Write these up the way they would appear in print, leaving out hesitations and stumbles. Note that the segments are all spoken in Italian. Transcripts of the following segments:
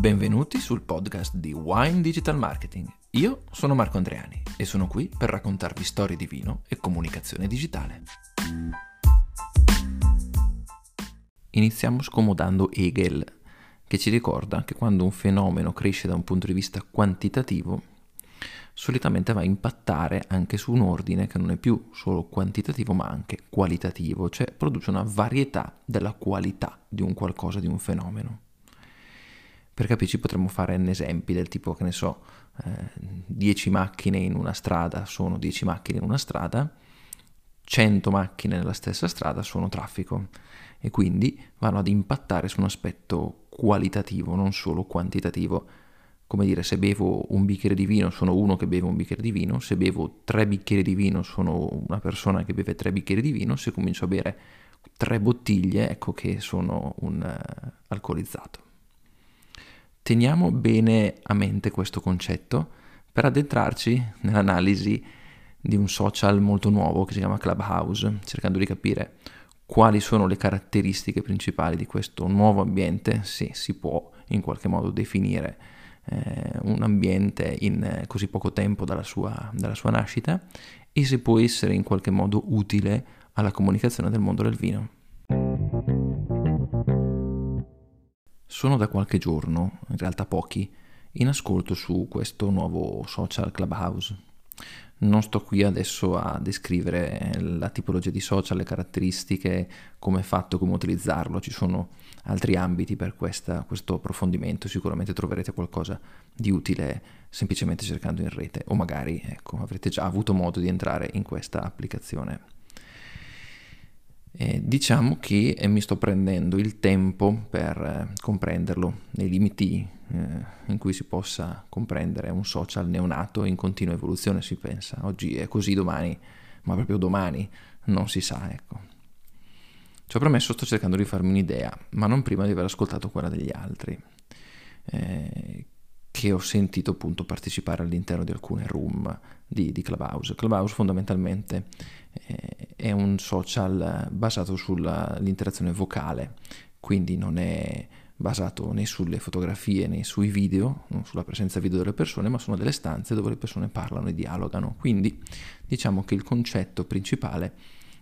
Benvenuti sul podcast di Wine Digital Marketing. Io sono Marco Andreani e sono qui per raccontarvi storie di vino e comunicazione digitale. Iniziamo scomodando Hegel, che ci ricorda che quando un fenomeno cresce da un punto di vista quantitativo, solitamente va a impattare anche su un ordine che non è più solo quantitativo ma anche qualitativo, cioè produce una varietà della qualità di un qualcosa, di un fenomeno. Per capirci potremmo fare esempi del tipo, 10 macchine in una strada sono 10 macchine in una strada, 100 macchine nella stessa strada sono traffico e quindi vanno ad impattare su un aspetto qualitativo, non solo quantitativo. Come dire, se bevo un bicchiere di vino sono uno che beve un bicchiere di vino, se bevo 3 bicchieri di vino sono una persona che beve 3 bicchieri di vino, se comincio a bere 3 bottiglie ecco che sono un alcolizzato. Teniamo bene a mente questo concetto per addentrarci nell'analisi di un social molto nuovo che si chiama Clubhouse, cercando di capire quali sono le caratteristiche principali di questo nuovo ambiente, se si può in qualche modo definire un ambiente in così poco tempo dalla sua nascita, e se può essere in qualche modo utile alla comunicazione del mondo del vino. Sono da qualche giorno, in realtà pochi, in ascolto su questo nuovo social Clubhouse. Non sto qui adesso a descrivere la tipologia di social, le caratteristiche, come è fatto, come utilizzarlo. Ci sono altri ambiti per questo approfondimento. Sicuramente troverete qualcosa di utile semplicemente cercando in rete, o magari avrete già avuto modo di entrare in questa applicazione. Diciamo che mi sto prendendo il tempo per comprenderlo nei limiti in cui si possa comprendere un social neonato in continua evoluzione, si pensa. Oggi è così, domani, ma proprio domani non si sa, ecco. Ciò premesso, sto cercando di farmi un'idea, ma non prima di aver ascoltato quella degli altri, che ho sentito appunto partecipare all'interno di alcune room di Clubhouse. Clubhouse fondamentalmente è un social basato sull'interazione vocale, quindi non è basato né sulle fotografie né sui video, non sulla presenza video delle persone, ma sono delle stanze dove le persone parlano e dialogano. Quindi diciamo che il concetto principale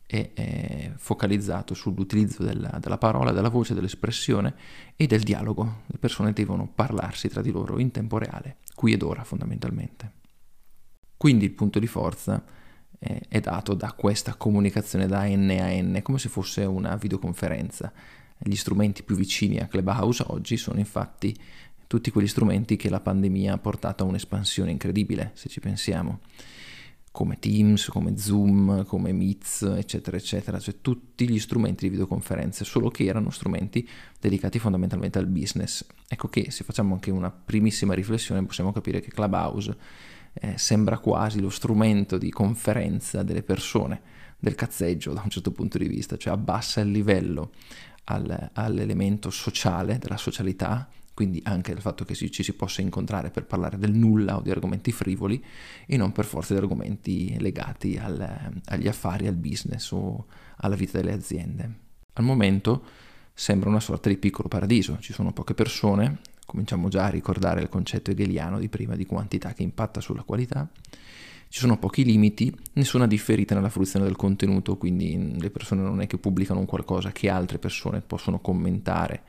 è focalizzato sull'utilizzo della parola, della voce, dell'espressione e del dialogo. Le persone devono parlarsi tra di loro in tempo reale, qui ed ora fondamentalmente. Quindi il punto di forza è dato da questa comunicazione da N a N, come se fosse una videoconferenza. Gli strumenti più vicini a Clubhouse oggi sono infatti tutti quegli strumenti che la pandemia ha portato a un'espansione incredibile, se ci pensiamo, come Teams, come Zoom, come Meets, eccetera, eccetera, cioè tutti gli strumenti di videoconferenze, solo che erano strumenti dedicati fondamentalmente al business. Ecco che se facciamo anche una primissima riflessione possiamo capire che Clubhouse sembra quasi lo strumento di conferenza delle persone, del cazzeggio da un certo punto di vista, cioè abbassa il livello all'elemento sociale, della socialità, quindi anche del fatto che ci si possa incontrare per parlare del nulla o di argomenti frivoli e non per forza di argomenti legati agli affari, al business o alla vita delle aziende. Al momento sembra una sorta di piccolo paradiso, ci sono poche persone, cominciamo già a ricordare il concetto hegeliano di prima di quantità che impatta sulla qualità, ci sono pochi limiti, nessuna differita nella fruizione del contenuto, quindi le persone non è che pubblicano un qualcosa che altre persone possono commentare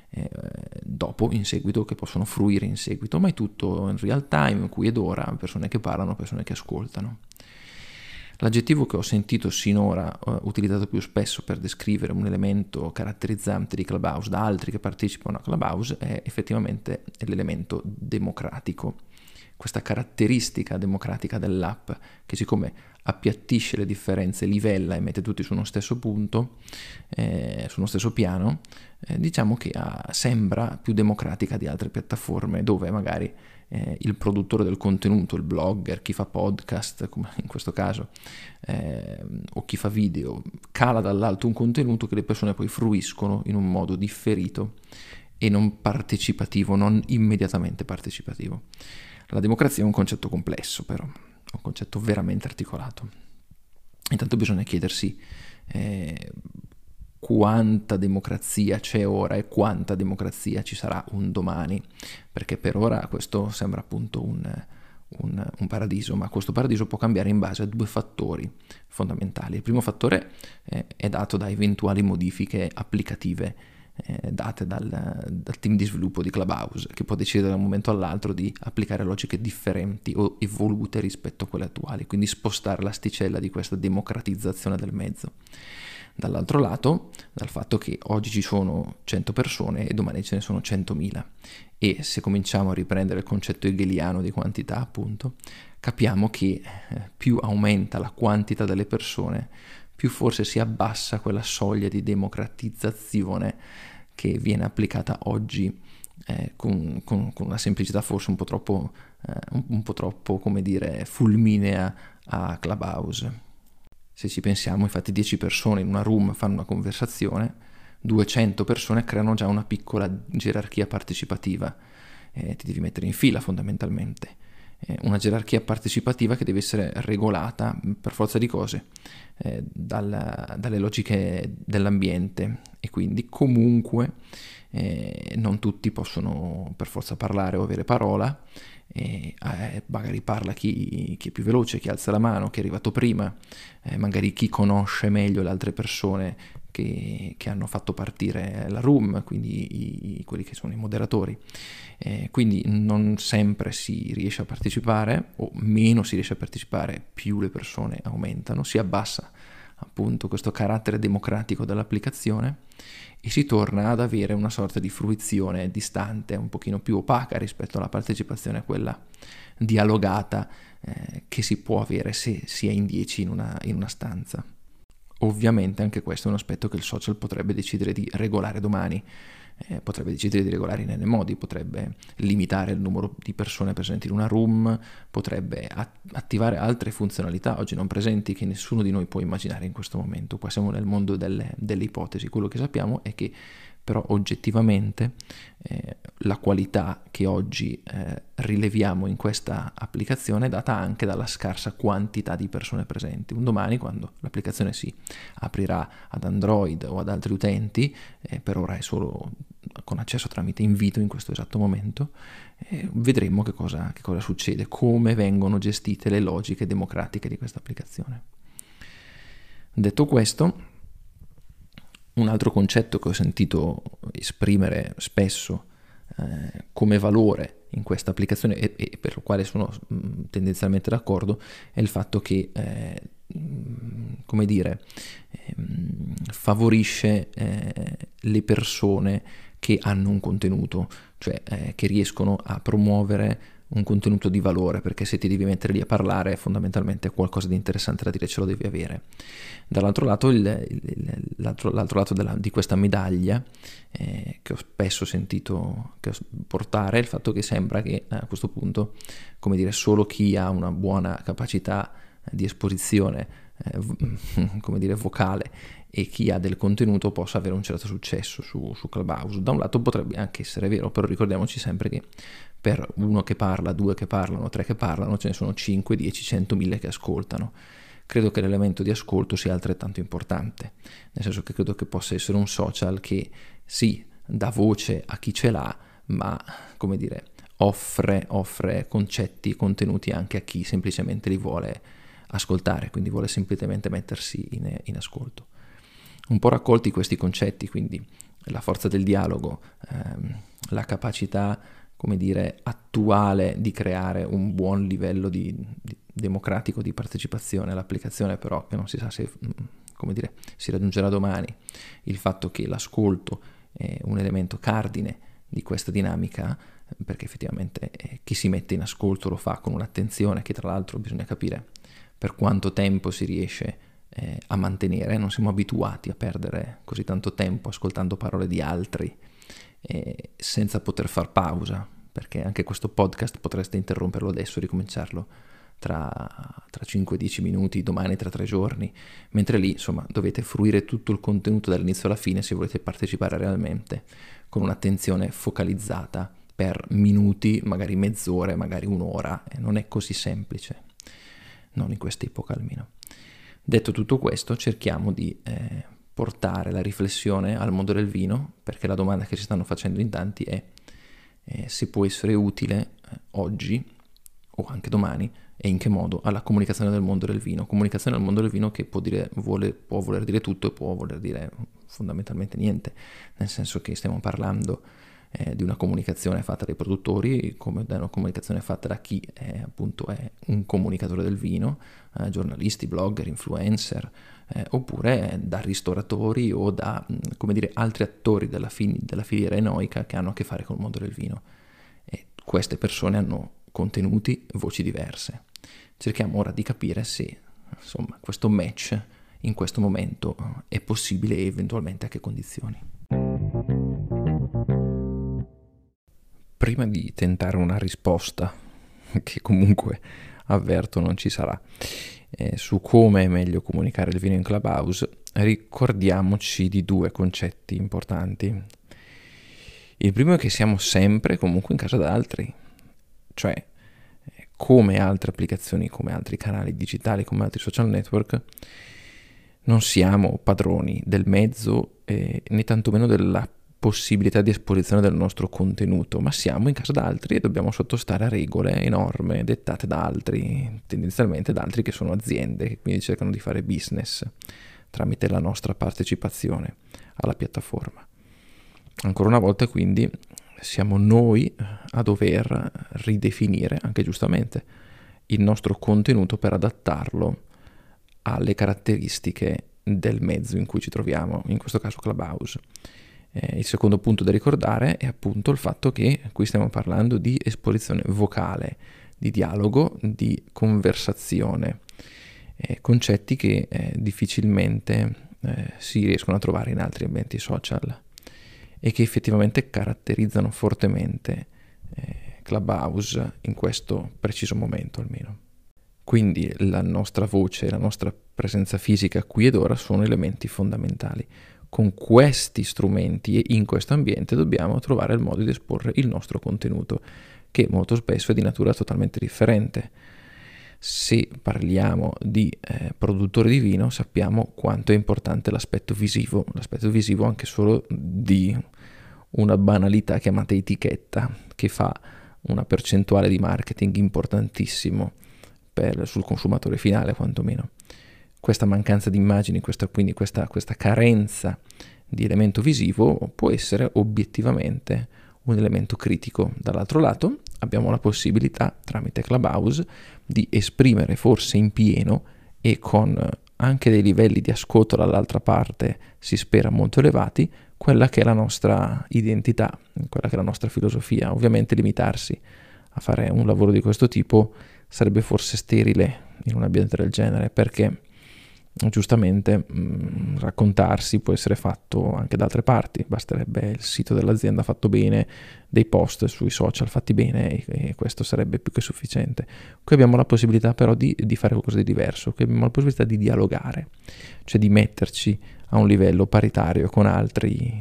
dopo, in seguito, che possono fruire in seguito, ma è tutto in real time, qui ed ora, persone che parlano, persone che ascoltano. L'aggettivo che ho sentito sinora utilizzato più spesso per descrivere un elemento caratterizzante di Clubhouse da altri che partecipano a Clubhouse è effettivamente l'elemento democratico. Questa caratteristica democratica dell'app che, siccome appiattisce le differenze, livella e mette tutti su uno stesso punto, su uno stesso piano, diciamo che sembra più democratica di altre piattaforme dove magari il produttore del contenuto, il blogger, chi fa podcast, come in questo caso, o chi fa video, cala dall'alto un contenuto che le persone poi fruiscono in un modo differito e non partecipativo, non immediatamente partecipativo. La democrazia è un concetto complesso, però, è un concetto veramente articolato. Intanto bisogna chiedersi quanta democrazia c'è ora e quanta democrazia ci sarà un domani, perché per ora questo sembra appunto un paradiso, ma questo paradiso può cambiare in base a due fattori fondamentali. Il primo fattore è dato da eventuali modifiche applicative date dal team di sviluppo di Clubhouse, che può decidere da un momento all'altro di applicare logiche differenti o evolute rispetto a quelle attuali, quindi spostare l'asticella di questa democratizzazione del mezzo. Dall'altro lato, dal fatto che oggi ci sono 100 persone e domani ce ne sono 100.000, e se cominciamo a riprendere il concetto hegeliano di quantità, appunto, capiamo che più aumenta la quantità delle persone, più forse si abbassa quella soglia di democratizzazione che viene applicata oggi con una semplicità forse un po' troppo, come dire, fulminea a Clubhouse. Se ci pensiamo, infatti 10 persone in una room fanno una conversazione, 200 persone creano già una piccola gerarchia partecipativa, ti devi mettere in fila fondamentalmente. Una gerarchia partecipativa che deve essere regolata per forza di cose dalle logiche dell'ambiente, e quindi comunque non tutti possono per forza parlare o avere parola, magari parla chi è più veloce, chi alza la mano, chi è arrivato prima, magari chi conosce meglio le altre persone che hanno fatto partire la room, quindi quelli che sono i moderatori. Quindi non sempre si riesce a partecipare, o meno si riesce a partecipare più le persone aumentano, si abbassa appunto questo carattere democratico dell'applicazione e si torna ad avere una sorta di fruizione distante, un pochino più opaca rispetto alla partecipazione, quella dialogata che si può avere se si è in 10 in una stanza. Ovviamente anche questo è un aspetto che il social potrebbe decidere di regolare domani, potrebbe decidere di regolare in n modi, potrebbe limitare il numero di persone presenti in una room, potrebbe attivare altre funzionalità oggi non presenti che nessuno di noi può immaginare in questo momento. Qua siamo nel mondo delle ipotesi. Quello che sappiamo è che però oggettivamente la qualità che oggi rileviamo in questa applicazione è data anche dalla scarsa quantità di persone presenti. Un domani, quando l'applicazione si aprirà ad Android o ad altri utenti, per ora è solo con accesso tramite invito in questo esatto momento, vedremo che cosa succede, come vengono gestite le logiche democratiche di questa applicazione. Detto questo, un altro concetto che ho sentito esprimere spesso come valore in questa applicazione e per lo quale sono tendenzialmente d'accordo è il fatto che come dire, favorisce le persone che hanno un contenuto, cioè che riescono a promuovere un contenuto di valore, perché se ti devi mettere lì a parlare fondamentalmente qualcosa di interessante da dire ce lo devi avere. Dall'altro lato l'altro lato di questa medaglia che ho spesso sentito portare è il fatto che sembra che a questo punto, come dire, solo chi ha una buona capacità di esposizione come dire vocale e chi ha del contenuto possa avere un certo successo su Clubhouse. Da un lato potrebbe anche essere vero, però ricordiamoci sempre che per uno che parla, due che parlano, tre che parlano, ce ne sono 5, 10, 100, 1000 che ascoltano. Credo che l'elemento di ascolto sia altrettanto importante, nel senso che credo che possa essere un social che sì, dà voce a chi ce l'ha, ma come dire, offre concetti, contenuti anche a chi semplicemente li vuole ascoltare, quindi vuole semplicemente mettersi in ascolto. Un po' raccolti questi concetti, quindi la forza del dialogo, la capacità, come dire, attuale di creare un buon livello di democratico di partecipazione all'applicazione, però che non si sa se, come dire, si raggiungerà domani, il fatto che l'ascolto è un elemento cardine di questa dinamica, perché effettivamente chi si mette in ascolto lo fa con un'attenzione che tra l'altro bisogna capire per quanto tempo si riesce a mantenere. Non siamo abituati a perdere così tanto tempo ascoltando parole di altri senza poter far pausa, perché anche questo podcast potreste interromperlo adesso e ricominciarlo tra 5-10 minuti, domani tra 3 giorni, mentre lì insomma dovete fruire tutto il contenuto dall'inizio alla fine se volete partecipare realmente con un'attenzione focalizzata per minuti, magari mezz'ora, magari un'ora, e non è così semplice, non in questa epoca almeno. Detto tutto questo, cerchiamo di portare la riflessione al mondo del vino, perché la domanda che si stanno facendo in tanti è se può essere utile oggi o anche domani e in che modo alla comunicazione del mondo del vino. Comunicazione del mondo del vino che può voler dire tutto e può voler dire fondamentalmente niente, nel senso che stiamo parlando di una comunicazione fatta dai produttori, come da una comunicazione fatta da chi appunto è un comunicatore del vino, giornalisti, blogger, influencer, oppure da ristoratori o da come dire, altri attori della filiera enoica che hanno a che fare col mondo del vino. E queste persone hanno contenuti, voci diverse. Cerchiamo ora di capire se insomma questo match in questo momento è possibile e eventualmente a che condizioni. Prima di tentare una risposta, che comunque avverto non ci sarà, su come è meglio comunicare il vino in Clubhouse, ricordiamoci di due concetti importanti. Il primo è che siamo sempre comunque in casa da altri, cioè come altre applicazioni, come altri canali digitali, come altri social network, non siamo padroni del mezzo né tantomeno della possibilità di esposizione del nostro contenuto, ma siamo in casa da altri e dobbiamo sottostare a regole e norme dettate da altri, tendenzialmente da altri che sono aziende che quindi cercano di fare business tramite la nostra partecipazione alla piattaforma. Ancora una volta quindi siamo noi a dover ridefinire, anche giustamente, il nostro contenuto per adattarlo alle caratteristiche del mezzo in cui ci troviamo, in questo caso Clubhouse. Il secondo punto da ricordare è appunto il fatto che qui stiamo parlando di esposizione vocale, di dialogo, di conversazione, concetti che difficilmente si riescono a trovare in altri ambienti social e che effettivamente caratterizzano fortemente Clubhouse in questo preciso momento almeno. Quindi la nostra voce, la nostra presenza fisica qui ed ora sono elementi fondamentali. Con questi strumenti e in questo ambiente dobbiamo trovare il modo di esporre il nostro contenuto, che molto spesso è di natura totalmente differente. Se parliamo di produttori di vino, sappiamo quanto è importante l'aspetto visivo anche solo di una banalità chiamata etichetta, che fa una percentuale di marketing importantissimo sul consumatore finale quantomeno. Questa mancanza di immagini, quindi questa carenza di elemento visivo può essere obiettivamente un elemento critico. Dall'altro lato abbiamo la possibilità tramite Clubhouse di esprimere forse in pieno e con anche dei livelli di ascolto dall'altra parte si spera molto elevati quella che è la nostra identità, quella che è la nostra filosofia. Ovviamente limitarsi a fare un lavoro di questo tipo sarebbe forse sterile in un ambiente del genere, perché giustamente raccontarsi può essere fatto anche da altre parti, basterebbe il sito dell'azienda fatto bene, dei post sui social fatti bene e questo sarebbe più che sufficiente. Qui abbiamo la possibilità però di fare qualcosa di diverso, qui abbiamo la possibilità di dialogare, cioè di metterci a un livello paritario con altri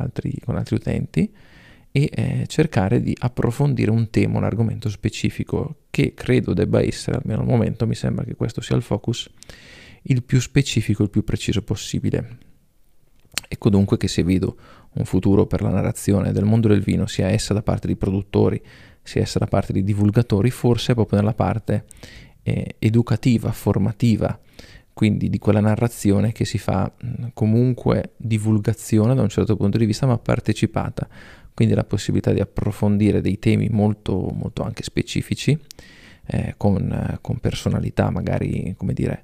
utenti e cercare di approfondire un tema, un argomento specifico che credo debba essere, almeno al momento mi sembra che questo sia il focus, il più specifico, il più preciso possibile. Ecco dunque che se vedo un futuro per la narrazione del mondo del vino, sia essa da parte di produttori, sia essa da parte di divulgatori, forse proprio nella parte educativa, formativa, quindi di quella narrazione che si fa comunque divulgazione da un certo punto di vista, ma partecipata, quindi la possibilità di approfondire dei temi molto, molto anche specifici, con personalità magari, come dire,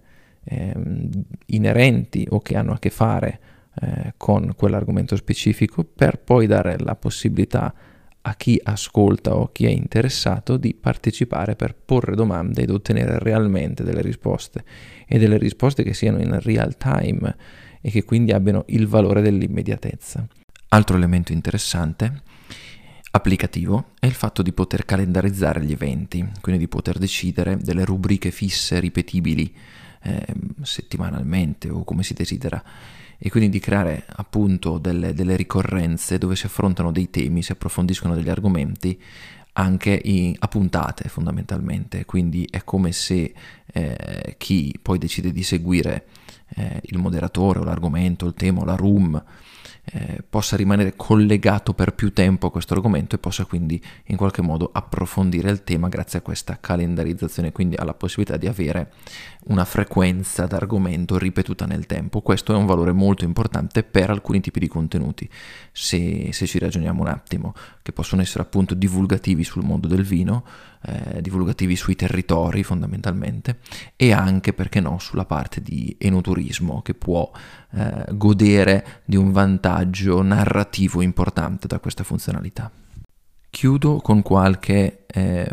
inerenti o che hanno a che fare con quell'argomento specifico, per poi dare la possibilità a chi ascolta o chi è interessato di partecipare per porre domande ed ottenere realmente delle risposte, e delle risposte che siano in real time e che quindi abbiano il valore dell'immediatezza. Altro elemento interessante, applicativo, è il fatto di poter calendarizzare gli eventi, quindi di poter decidere delle rubriche fisse, ripetibili, settimanalmente o come si desidera, e quindi di creare appunto delle ricorrenze dove si affrontano dei temi, si approfondiscono degli argomenti anche a puntate fondamentalmente. Quindi è come se chi poi decide di seguire il moderatore o l'argomento, il tema o la room possa rimanere collegato per più tempo a questo argomento e possa quindi in qualche modo approfondire il tema grazie a questa calendarizzazione, quindi alla possibilità di avere una frequenza d'argomento ripetuta nel tempo. Questo è un valore molto importante per alcuni tipi di contenuti, se ci ragioniamo un attimo, che possono essere appunto divulgativi sul mondo del vino, divulgativi sui territori fondamentalmente, e anche, perché no, sulla parte di enoturismo, che può godere di un vantaggio narrativo importante da questa funzionalità. Chiudo con qualche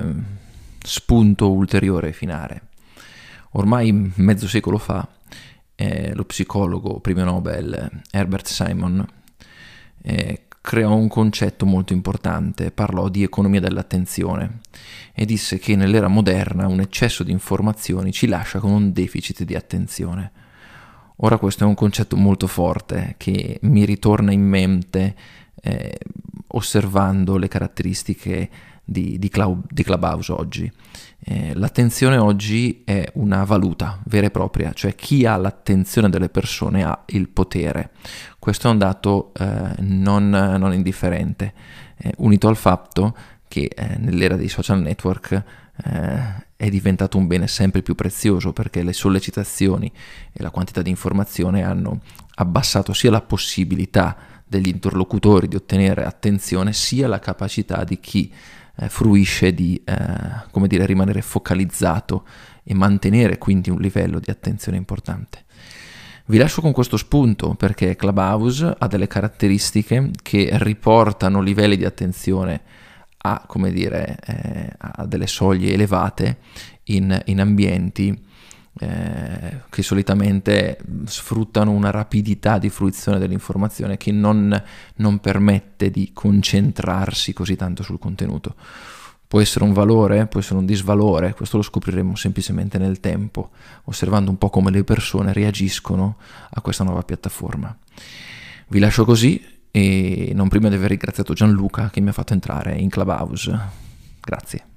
spunto ulteriore finale. Ormai mezzo secolo fa lo psicologo premio Nobel Herbert Simon creò un concetto molto importante, parlò di economia dell'attenzione e disse che nell'era moderna un eccesso di informazioni ci lascia con un deficit di attenzione. Ora questo è un concetto molto forte che mi ritorna in mente osservando le caratteristiche di Clubhouse oggi. L'attenzione oggi è una valuta vera e propria, cioè chi ha l'attenzione delle persone ha il potere. Questo è un dato non indifferente, unito al fatto che nell'era dei social network è diventato un bene sempre più prezioso, perché le sollecitazioni e la quantità di informazione hanno abbassato sia la possibilità degli interlocutori di ottenere attenzione, sia la capacità di chi fruisce di rimanere focalizzato e mantenere quindi un livello di attenzione importante. Vi lascio con questo spunto perché Clubhouse ha delle caratteristiche che riportano livelli di attenzione a delle soglie elevate in ambienti che solitamente sfruttano una rapidità di fruizione dell'informazione che non permette di concentrarsi così tanto sul contenuto. Può essere un valore, può essere un disvalore, questo lo scopriremo semplicemente nel tempo, osservando un po' come le persone reagiscono a questa nuova piattaforma. Vi lascio così e non prima di aver ringraziato Gianluca che mi ha fatto entrare in Clubhouse. Grazie.